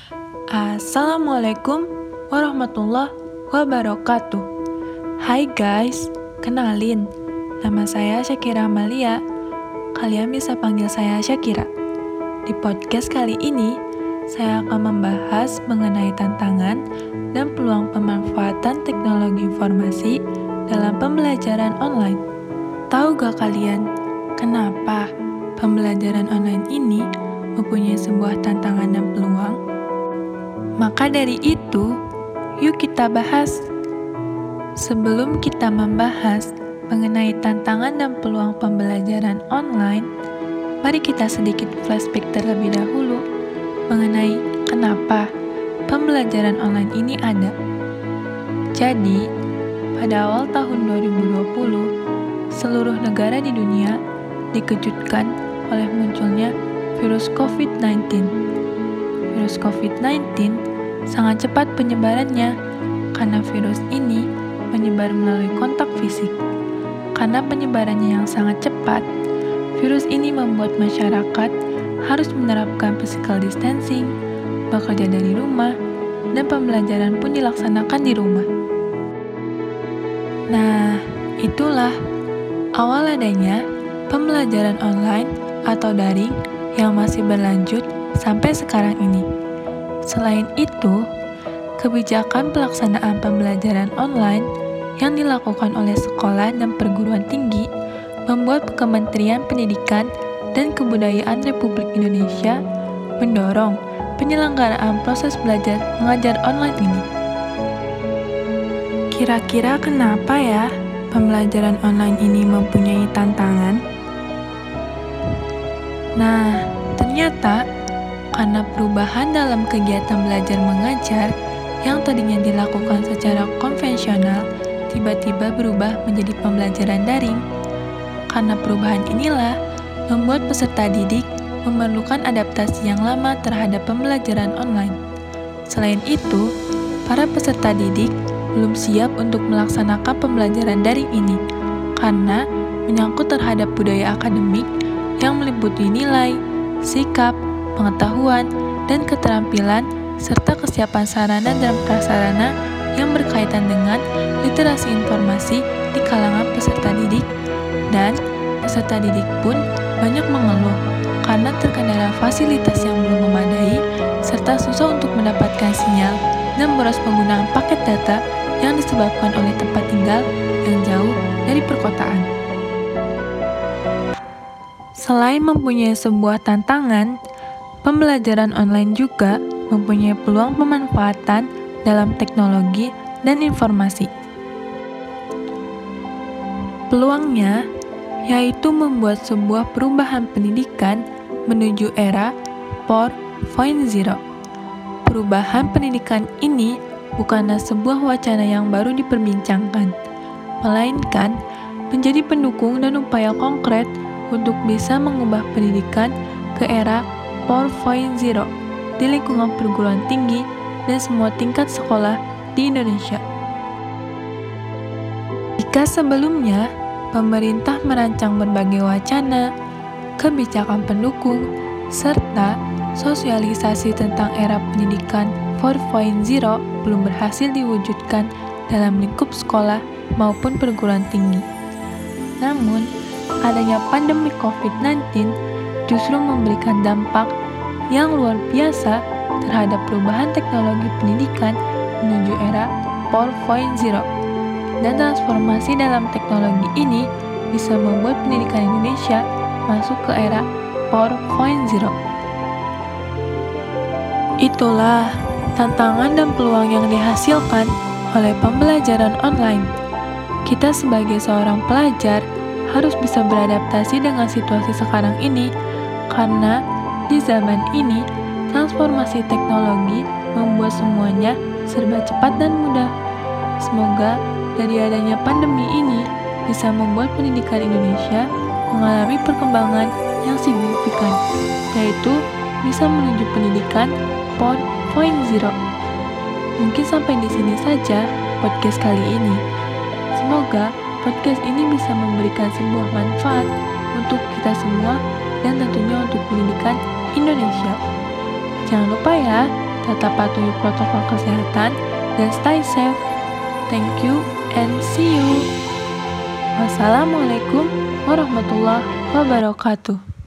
Assalamualaikum warahmatullahi wabarakatuh. Hai guys, kenalin, nama saya Syakira Amalia. Kalian bisa panggil saya Syakira. Di podcast kali ini, saya akan membahas mengenai tantangan dan peluang pemanfaatan teknologi informasi dalam pembelajaran online. Tahu gak kalian, kenapa pembelajaran online ini mempunyai sebuah tantangan dan peluang? Maka dari itu, yuk kita bahas. Sebelum kita membahas mengenai tantangan dan peluang pembelajaran online, mari kita sedikit flashback terlebih dahulu mengenai kenapa pembelajaran online ini ada. Jadi, pada awal tahun 2020, seluruh negara di dunia dikejutkan oleh munculnya virus COVID-19. Virus COVID-19 sangat cepat penyebarannya karena virus ini menyebar melalui kontak fisik. Karena penyebarannya yang sangat cepat, virus ini membuat masyarakat harus menerapkan physical distancing, bekerja dari rumah, dan pembelajaran pun dilaksanakan di rumah. Nah, itulah awal adanya pembelajaran online atau daring yang masih berlanjut sampai sekarang ini. Selain itu, kebijakan pelaksanaan pembelajaran online yang dilakukan oleh sekolah dan perguruan tinggi membuat Kementerian Pendidikan dan Kebudayaan Republik Indonesia mendorong penyelenggaraan proses belajar mengajar online ini. Kira-kira kenapa ya pembelajaran online ini mempunyai tantangan? Nah, ternyata karena perubahan dalam kegiatan belajar mengajar yang tadinya dilakukan secara konvensional tiba-tiba berubah menjadi pembelajaran daring. Karena perubahan inilah membuat peserta didik memerlukan adaptasi yang lama terhadap pembelajaran online. Selain itu, para peserta didik belum siap untuk melaksanakan pembelajaran daring ini karena menyangkut terhadap budaya akademik yang meliputi nilai, sikap, pengetahuan, dan keterampilan, serta kesiapan sarana dan prasarana yang berkaitan dengan literasi informasi di kalangan peserta didik, dan peserta didik pun banyak mengeluh karena terkendala fasilitas yang belum memadai, serta susah untuk mendapatkan sinyal dan boros penggunaan paket data yang disebabkan oleh tempat tinggal yang jauh dari perkotaan. Selain mempunyai sebuah tantangan, pembelajaran online juga mempunyai peluang pemanfaatan dalam teknologi dan informasi. Peluangnya yaitu membuat sebuah perubahan pendidikan menuju era 4.0. Perubahan pendidikan ini bukanlah sebuah wacana yang baru diperbincangkan, melainkan menjadi pendukung dan upaya konkret untuk bisa mengubah pendidikan ke era 4.0 di lingkungan perguruan tinggi dan semua tingkat sekolah di Indonesia. Jika sebelumnya pemerintah merancang berbagai wacana, kebijakan pendukung, serta sosialisasi tentang era pendidikan 4.0 belum berhasil diwujudkan dalam lingkup sekolah maupun perguruan tinggi. Namun, adanya pandemi COVID-19 justru memberikan dampak yang luar biasa terhadap perubahan teknologi pendidikan menuju era 4.0. Dan transformasi dalam teknologi ini bisa membuat pendidikan Indonesia masuk ke era 4.0. Itulah tantangan dan peluang yang dihasilkan oleh pembelajaran online. Kita sebagai seorang pelajar harus bisa beradaptasi dengan situasi sekarang ini, karena di zaman ini transformasi teknologi membuat semuanya serba cepat dan mudah. Semoga dari adanya pandemi ini bisa membuat pendidikan Indonesia mengalami perkembangan yang signifikan, yaitu bisa menuju pendidikan 4.0. Mungkin sampai di sini saja podcast kali ini. Semoga podcast ini bisa memberikan sebuah manfaat untuk kita semua dan tentunya untuk pendidikan Indonesia. Jangan lupa ya, tetap patuhi protokol kesehatan, dan stay safe. Thank you and see you. Wassalamualaikum warahmatullahi wabarakatuh.